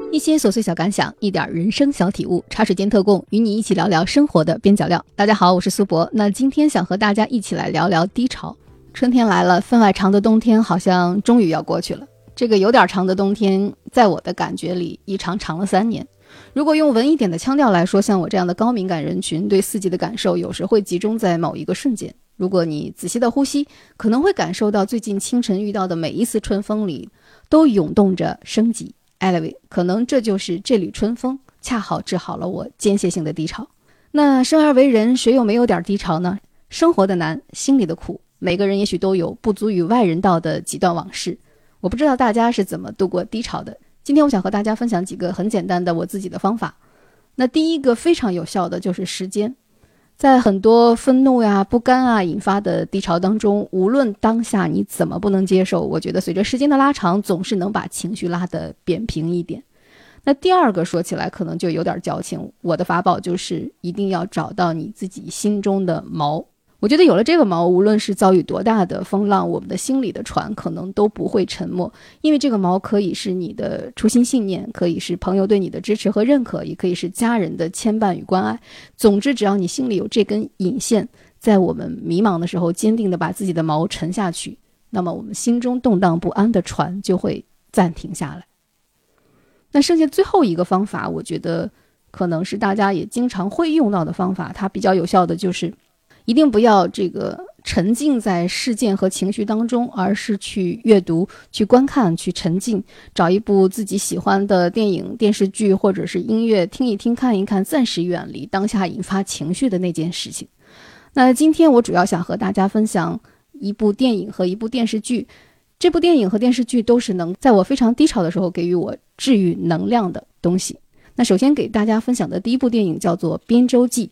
一些琐碎小感想，一点人生小体悟，茶水间特供，与你一起聊聊生活的边角料。大家好，我是苏博。那今天想和大家一起来聊聊低潮。春天来了，分外长的冬天好像终于要过去了。这个有点长的冬天，在我的感觉里一长长了3年。如果用文一点的腔调来说，像我这样的高敏感人群，对四季的感受有时会集中在某一个瞬间。如果你仔细的呼吸，可能会感受到最近清晨遇到的每一次春风里都涌动着生机。Anyway， 可能这就是这缕春风恰好治好了我间歇性的低潮。那生而为人，谁又没有点低潮呢？生活的难，心里的苦，每个人也许都有不足与外人道的几段往事。我不知道大家是怎么度过低潮的。今天我想和大家分享几个很简单的我自己的方法。那第一个非常有效的就是时间。在很多愤怒呀、不甘啊引发的低潮当中，无论当下你怎么不能接受，我觉得随着时间的拉长，总是能把情绪拉得扁平一点。那第二个说起来可能就有点矫情，我的法宝就是一定要找到你自己心中的锚。我觉得有了这个锚，无论是遭遇多大的风浪，我们的心里的船可能都不会沉没，因为这个锚可以是你的初心信念，可以是朋友对你的支持和认可，也可以是家人的牵绊与关爱。总之，只要你心里有这根引线，在我们迷茫的时候，坚定地把自己的锚沉下去，那么我们心中动荡不安的船就会暂停下来。那剩下最后一个方法，我觉得可能是大家也经常会用到的方法，它比较有效的就是一定不要沉浸在事件和情绪当中，而是去阅读、去观看、去沉浸，找一部自己喜欢的电影、电视剧或者是音乐，听一听、看一看，暂时远离当下引发情绪的那件事情。那今天我主要想和大家分享一部电影和一部电视剧，这部电影和电视剧都是能在我非常低潮的时候给予我治愈能量的东西。那首先给大家分享的第一部电影叫做《边州记》。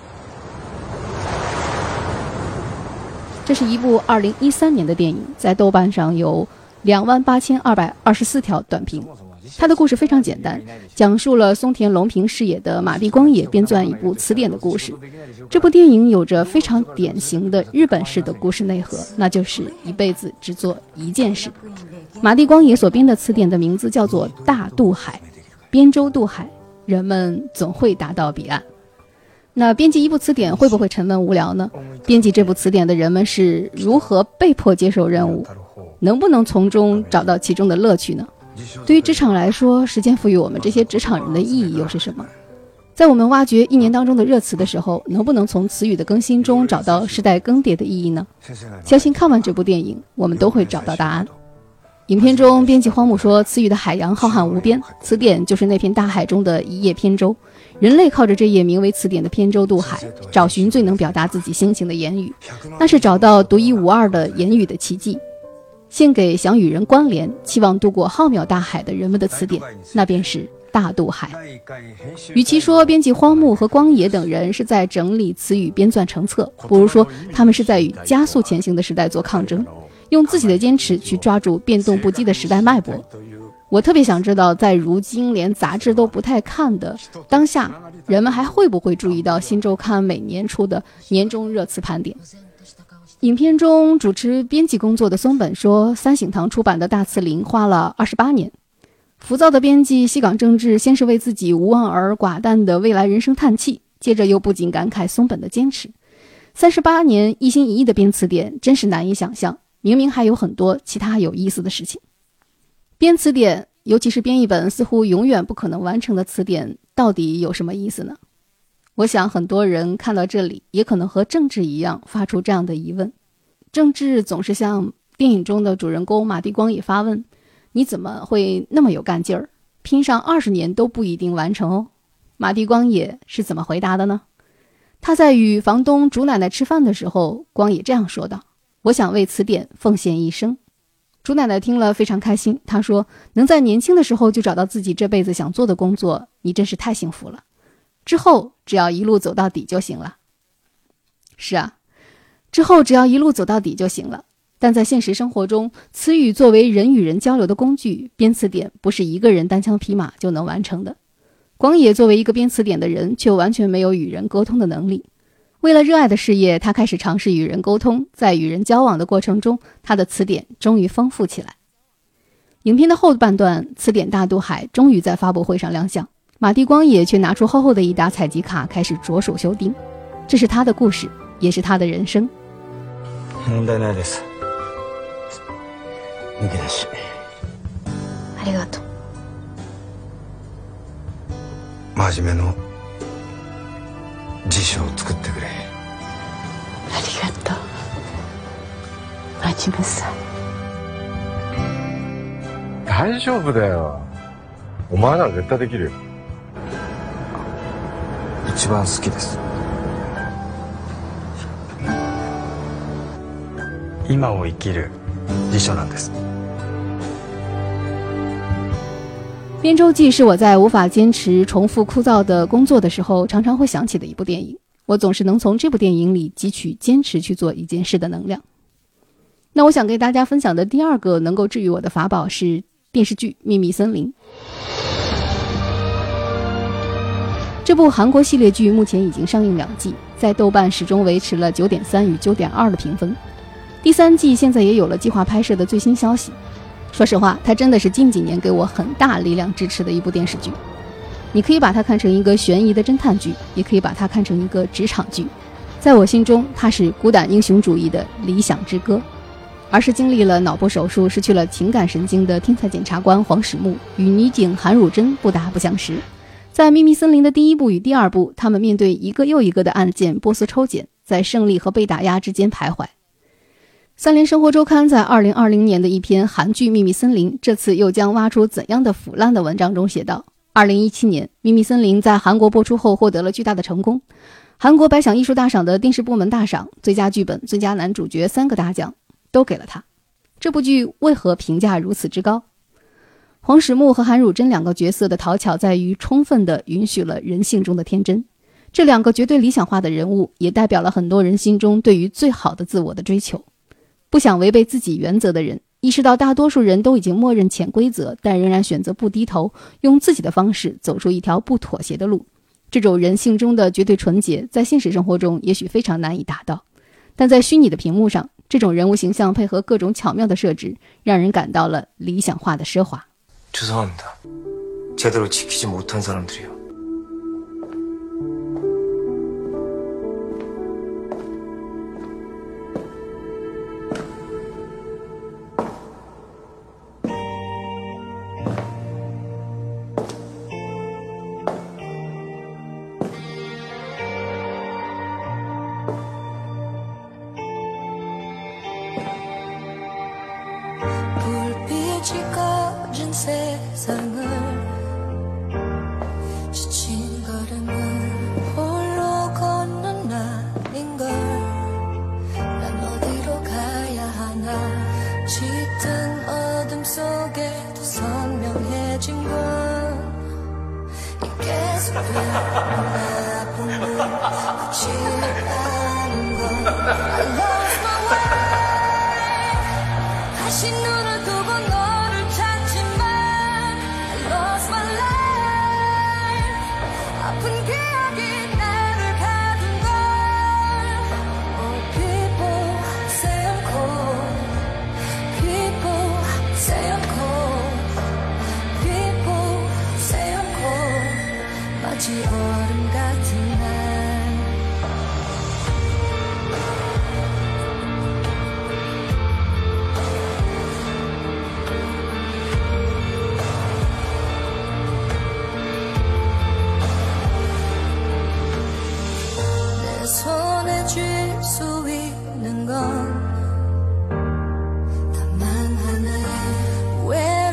这是一部2013年的电影，在豆瓣上有28224条短评。它的故事非常简单，讲述了松田龙平饰演的马地光野编撰一部词典的故事。这部电影有着非常典型的日本式的故事内核，那就是一辈子只做一件事。马地光野所编的词典的名字叫做《大渡海》，边州渡海，人们总会达到彼岸。那编辑一部词典会不会沉闷无聊呢？编辑这部词典的人们是如何被迫接受任务？能不能从中找到其中的乐趣呢？对于职场来说，时间赋予我们这些职场人的意义又是什么？在我们挖掘1年当中的热词的时候，能不能从词语的更新中找到时代更迭的意义呢？相信看完这部电影，我们都会找到答案。影片中，编辑荒木说，词语的海洋浩瀚无边，词典就是那片大海中的一叶扁舟。人类靠着这叶名为词典的扁舟渡海，找寻最能表达自己心情的言语，那是找到独一无二的言语的奇迹。献给想与人关联、期望渡过浩渺大海的人们的词典，那便是大渡海。与其说编辑荒木和光野等人是在整理词语编纂成册，不如说他们是在与加速前行的时代做抗争，用自己的坚持去抓住变动不羁的时代脉搏。我特别想知道，在如今连杂志都不太看的当下，人们还会不会注意到新周刊每年出的年终热词盘点？影片中主持编辑工作的松本说，三省堂出版的大词林花了28年。浮躁的编辑西港正治先是为自己无望而寡淡的未来人生叹气，接着又不禁感慨松本的坚持。38年一心一意的编词典，真是难以想象，明明还有很多其他有意思的事情。编词典，尤其是编一本似乎永远不可能完成的词典，到底有什么意思呢？我想很多人看到这里，也可能和政治一样发出这样的疑问。政治总是向电影中的主人公马地光野发问，你怎么会那么有干劲儿，拼上20年都不一定完成哦？马地光野是怎么回答的呢？他在与房东竹奶奶吃饭的时候，光野这样说道，我想为词典奉献一生。竹奶奶听了非常开心，她说，能在年轻的时候就找到自己这辈子想做的工作，你真是太幸福了。之后只要一路走到底就行了。是啊，之后只要一路走到底就行了。但在现实生活中，词语作为人与人交流的工具，编词典不是一个人单枪匹马就能完成的。光野作为一个编词典的人，却完全没有与人沟通的能力。为了热爱的事业，他开始尝试与人沟通，在与人交往的过程中，他的词典终于丰富起来。 影片的后半段，词典大渡海终于在发布会上亮相，马蒂光野却拿出厚厚的一沓采集卡，开始着手修订。这是他的故事，也是他的人生。 問題ないです。抜け出し。 ありがとう。 真面目の辞書を作ってくれ。 ありがとう。真面目さ。 大丈夫だよ。お前なら絶対できるよ。 一番好きです。今を生きる辞書なんです。 编周记是我在无法坚持重复枯燥的工作的时候常常会想起的一部电影，我总是能从这部电影里汲取坚持去做一件事的能量。那我想给大家分享的第二个能够治愈我的法宝是电视剧《秘密森林》。这部韩国系列剧目前已经上映2季，在豆瓣始终维持了 9.3 与 9.2 的评分。第3季现在也有了计划拍摄的最新消息。说实话，它真的是近几年给我很大力量支持的一部电视剧。你可以把它看成一个悬疑的侦探剧，也可以把它看成一个职场剧。在我心中，它是孤胆英雄主义的理想之歌。而是经历了脑部手术、失去了情感神经的天才检察官黄始木与女警韩汝珍不打不相识。在秘密森林的第1部与第2部，他们面对一个又一个的案件波斯抽检，在胜利和被打压之间徘徊。三联生活周刊在2020年的一篇韩剧《秘密森林》这次又将挖出怎样的腐烂的文章中写道，2017年《秘密森林》在韩国播出后获得了巨大的成功，韩国百想艺术大赏的电视部门大赏、最佳剧本、最佳男主角3个大奖都给了他。这部剧为何评价如此之高？黄始木和韩汝珍2个角色的讨巧在于充分地允许了人性中的天真。这2个绝对理想化的人物也代表了很多人心中对于最好的自我的追求。不想违背自己原则的人，意识到大多数人都已经默认潜规则，但仍然选择不低头，用自己的方式走出一条不妥协的路。这种人性中的绝对纯洁，在现实生活中也许非常难以达到，但在虚拟的屏幕上，这种人物形象配合各种巧妙的设置，让人感到了理想化的奢华。 죄송합니다. 제대로 지키지 못한 사람들이요. 꺼진 세상을 지친 걸음을 홀로 걷는 날인걸. 난 어디로 가야 하나. 짙은 어둠 속에도 선명해진 건 이 계속되는 나쁨을 굳이 않은 건 I lost my way. 다시 눈을 뜨고 너를 찾지만 I lost my life. 아픈 기억이 나를 가둔 걸. Oh people say I'm cold. People say I'm cold. People say I'm cold. 마치 얼음 같은 날. 손에 쥘 수 있는 건 다만 하나의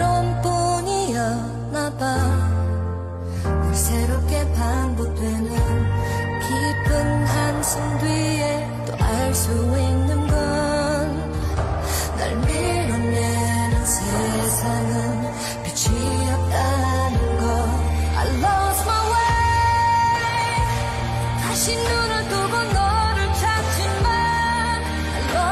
외로움뿐이었나 봐. 늘 새롭게 반복되는 깊은 한숨 뒤에 또 알 수 있는 건 날 밀어내는 세상은 빛이 없다는 거. I lost my way. 다시 눈을 뜨고 너를 찾지만 I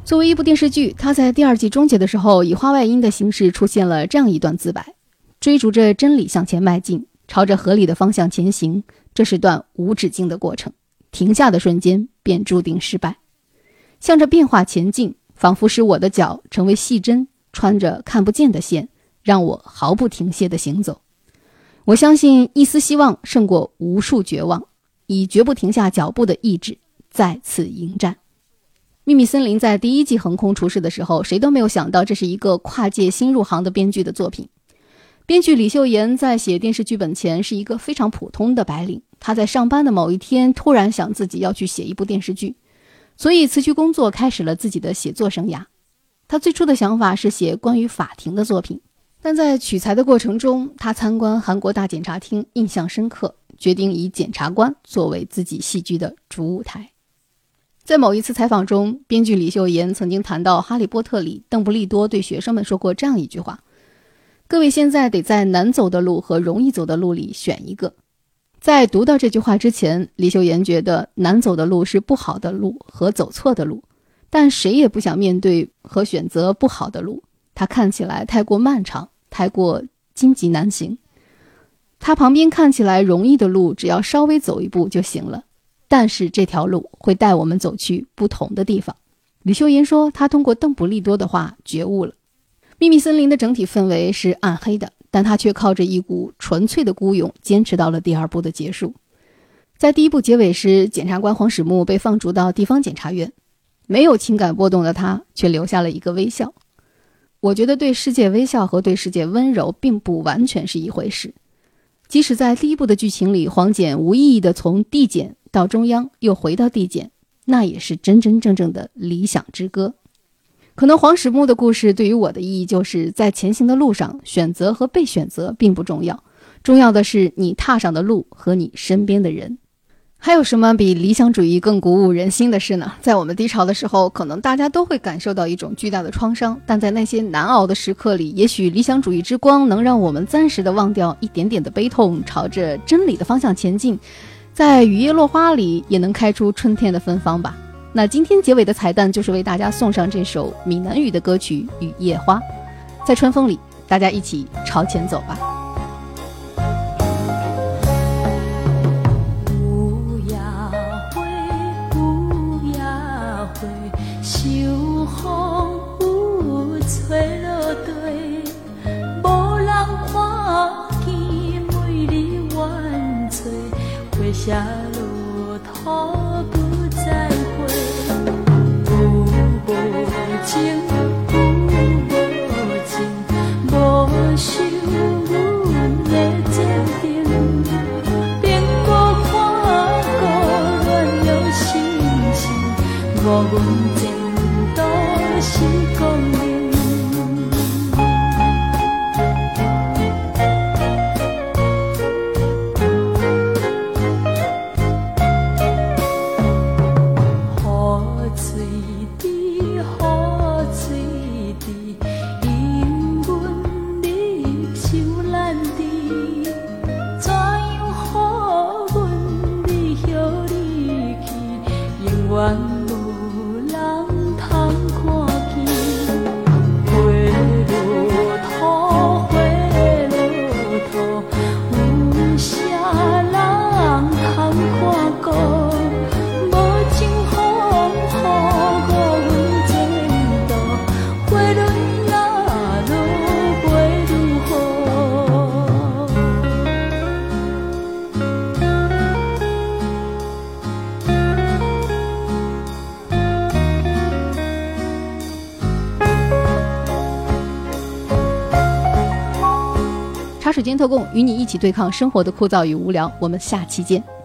作为一部电视剧，它在第2季终结的时候，以话外音的形式出现了这样一段自白：追逐着真理向前迈进，朝着合理的方向前行，这是段无止境的过程，停下的瞬间便注定失败。向着变化前进，仿佛使我的脚成为细针，穿着看不见的线，让我毫不停歇地行走。我相信一丝希望胜过无数绝望，以绝不停下脚步的意志再次迎战。秘密森林在第1季横空出世的时候，谁都没有想到这是一个跨界新入行的编剧的作品。编剧李秀妍在写电视剧本前是一个非常普通的白领，她在上班的某一天突然想自己要去写一部电视剧，所以辞去工作，开始了自己的写作生涯。她最初的想法是写关于法庭的作品，但在取材的过程中，她参观韩国大检察厅，印象深刻，决定以检察官作为自己戏剧的主舞台。在某一次采访中，编剧李秀妍曾经谈到《哈利波特》里邓布利多对学生们说过这样一句话：各位现在得在难走的路和容易走的路里选一个。在读到这句话之前，李秀妍觉得难走的路是不好的路和走错的路，但谁也不想面对和选择不好的路，它看起来太过漫长，太过荆棘难行。它旁边看起来容易的路，只要稍微走一步就行了，但是这条路会带我们走去不同的地方。李秀妍说，她通过邓布利多的话觉悟了。秘密森林的整体氛围是暗黑的，但他却靠着一股纯粹的孤勇坚持到了第2部的结束。在第1部结尾时，检察官黄始木被放逐到地方检察院，没有情感波动的他却留下了一个微笑。我觉得对世界微笑和对世界温柔并不完全是一回事。即使在第1部的剧情里，黄检无意义地从地检到中央又回到地检，那也是真真正正的理想之歌。可能黄始木的故事对于我的意义就是在前行的路上，选择和被选择并不重要，重要的是你踏上的路和你身边的人。还有什么比理想主义更鼓舞人心的事呢？在我们低潮的时候，可能大家都会感受到一种巨大的创伤，但在那些难熬的时刻里，也许理想主义之光能让我们暂时的忘掉一点点的悲痛，朝着真理的方向前进，在雨夜落花里也能开出春天的芬芳吧。那今天结尾的彩蛋就是为大家送上这首闽南语的歌曲《雨夜花》，在春风里，大家一起朝前走吧。 下路途不再回，有无情，有无情，无收阮的坚定，并无看过乱了心情，我阮前途是光明。 茶水间特供，与你一起对抗生活的枯燥与无聊。我们下期见。